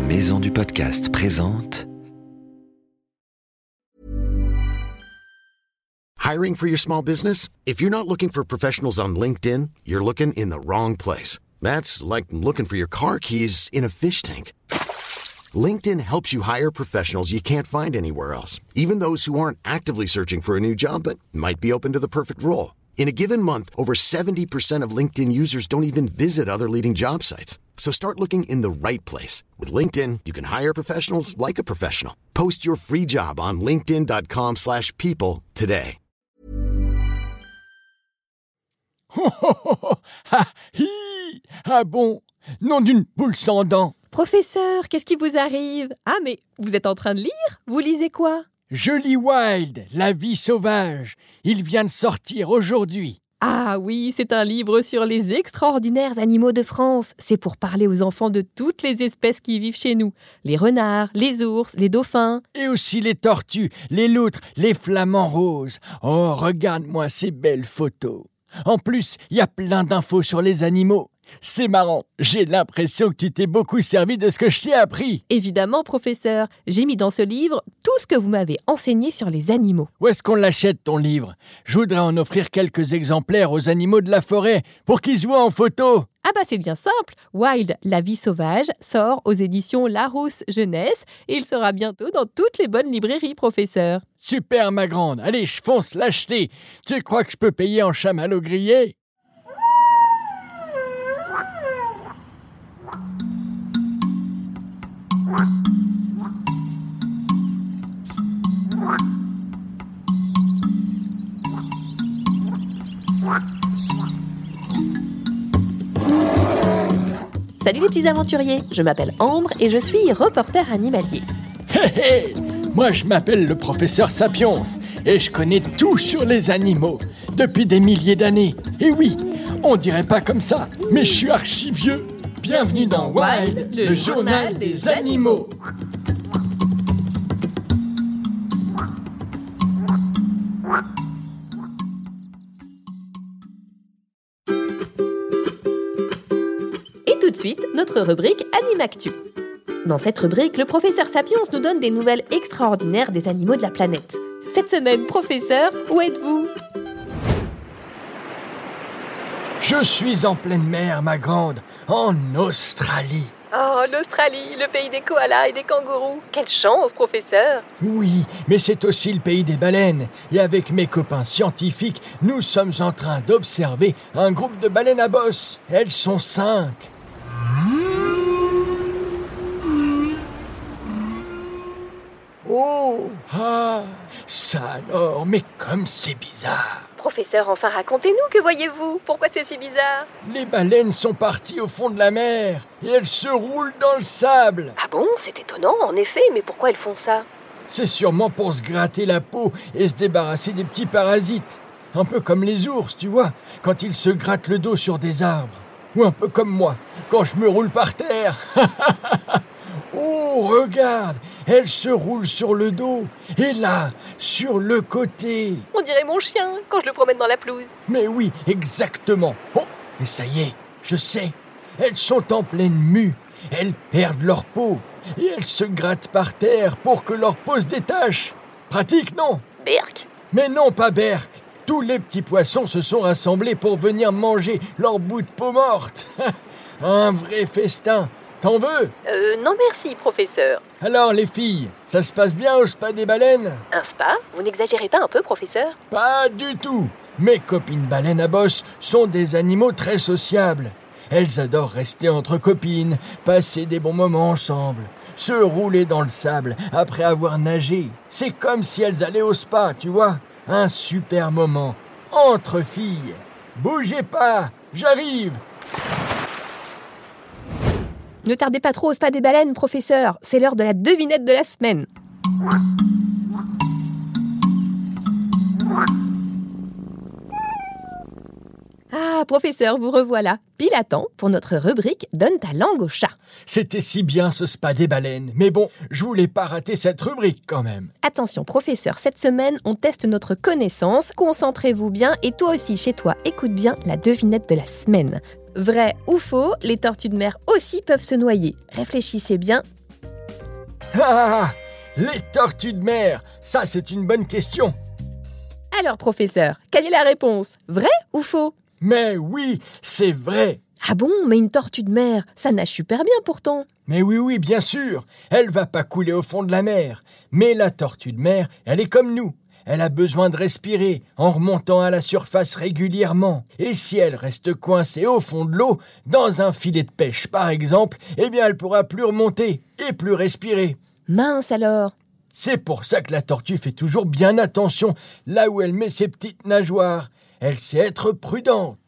Maison du Podcast présente. Hiring for your small business? If you're not looking for professionals on LinkedIn, you're looking in the wrong place. That's like looking for your car keys in a fish tank. LinkedIn helps you hire professionals you can't find anywhere else, even those who aren't actively searching for a new job but might be open to the perfect role. In a given month, over 70% of LinkedIn users don't even visit other leading job sites. So start looking in the right place. With LinkedIn, you can hire professionals like a professional. Post your free job on linkedin.com/people today. Oh, oh, oh, oh, ah, hi, ah bon, nom d'une poule sans dents. Professeur, qu'est-ce qui vous arrive ? Ah, mais vous êtes en train de lire ? Vous lisez quoi ? Je lis Wild, la vie sauvage. Il vient de sortir aujourd'hui. Ah oui, c'est un livre sur les extraordinaires animaux de France. C'est pour parler aux enfants de toutes les espèces qui vivent chez nous. Les renards, les ours, les dauphins. Et aussi les tortues, les loutres, les flamants roses. Oh, regarde-moi ces belles photos. En plus, il y a plein d'infos sur les animaux. C'est marrant, j'ai l'impression que tu t'es beaucoup servi de ce que je t'ai appris. Évidemment, professeur, j'ai mis dans ce livre tout ce que vous m'avez enseigné sur les animaux. Où est-ce qu'on l'achète, ton livre ? Je voudrais en offrir quelques exemplaires aux animaux de la forêt pour qu'ils se voient en photo. Ah bah c'est bien simple, Wild, la vie sauvage, sort aux éditions Larousse Jeunesse et il sera bientôt dans toutes les bonnes librairies, professeur. Super, ma grande, allez, je fonce l'acheter. Tu crois que je peux payer en chamallow grillé ? Salut les petits aventuriers, je m'appelle Ambre et je suis reporter animalier. Hé hé ! Moi je m'appelle le professeur Sapiens et je connais tout sur les animaux depuis des milliers d'années. Et oui, on dirait pas comme ça, mais je suis archi vieux. Bienvenue dans Wild, le journal des animaux. Et tout de suite, notre rubrique Animactu. Dans cette rubrique, le professeur Sapiens nous donne des nouvelles extraordinaires des animaux de la planète. Cette semaine, professeur, où êtes-vous ? Je suis en pleine mer, ma grande, en Australie. Oh, l'Australie, le pays des koalas et des kangourous. Quelle chance, professeur ! Oui, mais c'est aussi le pays des baleines. Et avec mes copains scientifiques, nous sommes en train d'observer un groupe de baleines à bosse. Elles sont 5. Oh, ah, ça alors, mais comme c'est bizarre. Professeur, enfin racontez-nous, que voyez-vous ? Pourquoi c'est si bizarre ? Les baleines sont parties au fond de la mer et elles se roulent dans le sable. Ah bon, c'est étonnant, en effet, mais pourquoi elles font ça ? C'est sûrement pour se gratter la peau et se débarrasser des petits parasites. Un peu comme les ours, tu vois, quand ils se grattent le dos sur des arbres. Ou un peu comme moi, quand je me roule par terre. Oh, regarde, elle se roule sur le dos et là, sur le côté. On dirait mon chien, quand je le promène dans la pelouse. Mais oui, exactement. Oh, mais ça y est, je sais. Elles sont en pleine mue. Elles perdent leur peau et elles se grattent par terre pour que leur peau se détache. Pratique, non ? Berk. Mais non, pas Berk. Tous les petits poissons se sont rassemblés pour venir manger leur bout de peau morte. Un vrai festin. T'en veux ? Non merci, professeur. Alors les filles, ça se passe bien au spa des baleines ? Un spa ? Vous n'exagérez pas un peu, professeur ? Pas du tout. Mes copines baleines à bosse sont des animaux très sociables. Elles adorent rester entre copines, passer des bons moments ensemble, se rouler dans le sable après avoir nagé. C'est comme si elles allaient au spa, tu vois ? Un super moment, entre filles. Bougez pas, j'arrive. Ne tardez pas trop au spa des baleines, professeur. C'est l'heure de la devinette de la semaine. Ah, professeur, vous revoilà. Pile à temps pour notre rubrique « Donne ta langue au chat ». C'était si bien ce spa des baleines. Mais bon, je voulais pas rater cette rubrique quand même. Attention, professeur, cette semaine, on teste notre connaissance. Concentrez-vous bien et toi aussi, chez toi, écoute bien la devinette de la semaine. Vrai ou faux, les tortues de mer aussi peuvent se noyer. Réfléchissez bien Ah, les tortues de mer, ça c'est une bonne question. Alors, professeur, quelle est la réponse? Vrai ou faux? Mais oui, c'est vrai. Ah bon, mais une tortue de mer, ça nage super bien pourtant. Mais oui, bien sûr, elle va pas couler au fond de la mer. Mais la tortue de mer, elle est comme nous. Elle a besoin de respirer en remontant à la surface régulièrement. Et si elle reste coincée au fond de l'eau, dans un filet de pêche par exemple, eh bien elle pourra plus remonter et plus respirer. Mince alors. C'est pour ça que la tortue fait toujours bien attention là où elle met ses petites nageoires. Elle sait être prudente.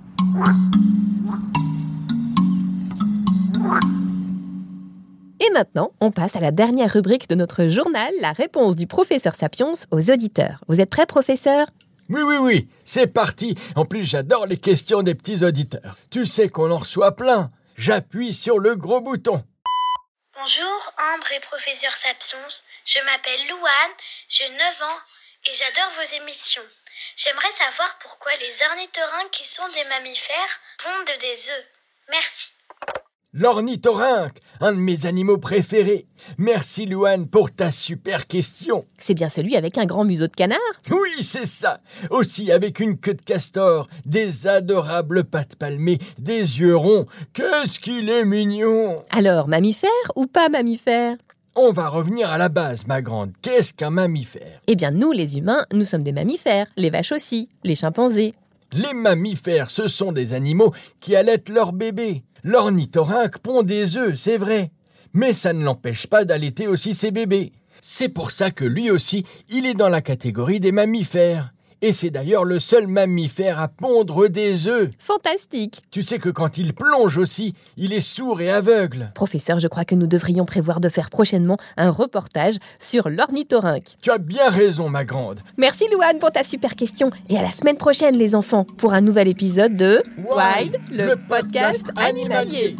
Et maintenant, on passe à la dernière rubrique de notre journal, la réponse du professeur Sapiens aux auditeurs. Vous êtes prêts, professeur? Oui, c'est parti. En plus, j'adore les questions des petits auditeurs. Tu sais qu'on en reçoit plein. J'appuie sur le gros bouton. Bonjour, Ambre et professeur Sapiens. Je m'appelle Louane, j'ai 9 ans et j'adore vos émissions. J'aimerais savoir pourquoi les ornithorynques, qui sont des mammifères, pondent des œufs. Merci. L'ornithorynque, un de mes animaux préférés. Merci Louane pour ta super question. C'est bien celui avec un grand museau de canard? Oui, c'est ça. Aussi avec une queue de castor, des adorables pattes palmées, des yeux ronds. Qu'est-ce qu'il est mignon! Alors, mammifère ou pas mammifère? On va revenir à la base, ma grande. Qu'est-ce qu'un mammifère? Eh bien, nous, les humains, nous sommes des mammifères. Les vaches aussi, les chimpanzés. Les mammifères, ce sont des animaux qui allaitent leurs bébés. L'ornithorynque pond des œufs, c'est vrai. Mais ça ne l'empêche pas d'allaiter aussi ses bébés. C'est pour ça que lui aussi, il est dans la catégorie des mammifères. Et c'est d'ailleurs le seul mammifère à pondre des œufs. Fantastique! Tu sais que quand il plonge aussi, il est sourd et aveugle. Professeur, je crois que nous devrions prévoir de faire prochainement un reportage sur l'ornithorynque. Tu as bien raison, ma grande. Merci Louane pour ta super question. Et à la semaine prochaine, les enfants, pour un nouvel épisode de Wild, le podcast animalier.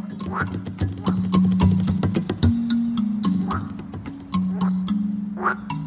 What?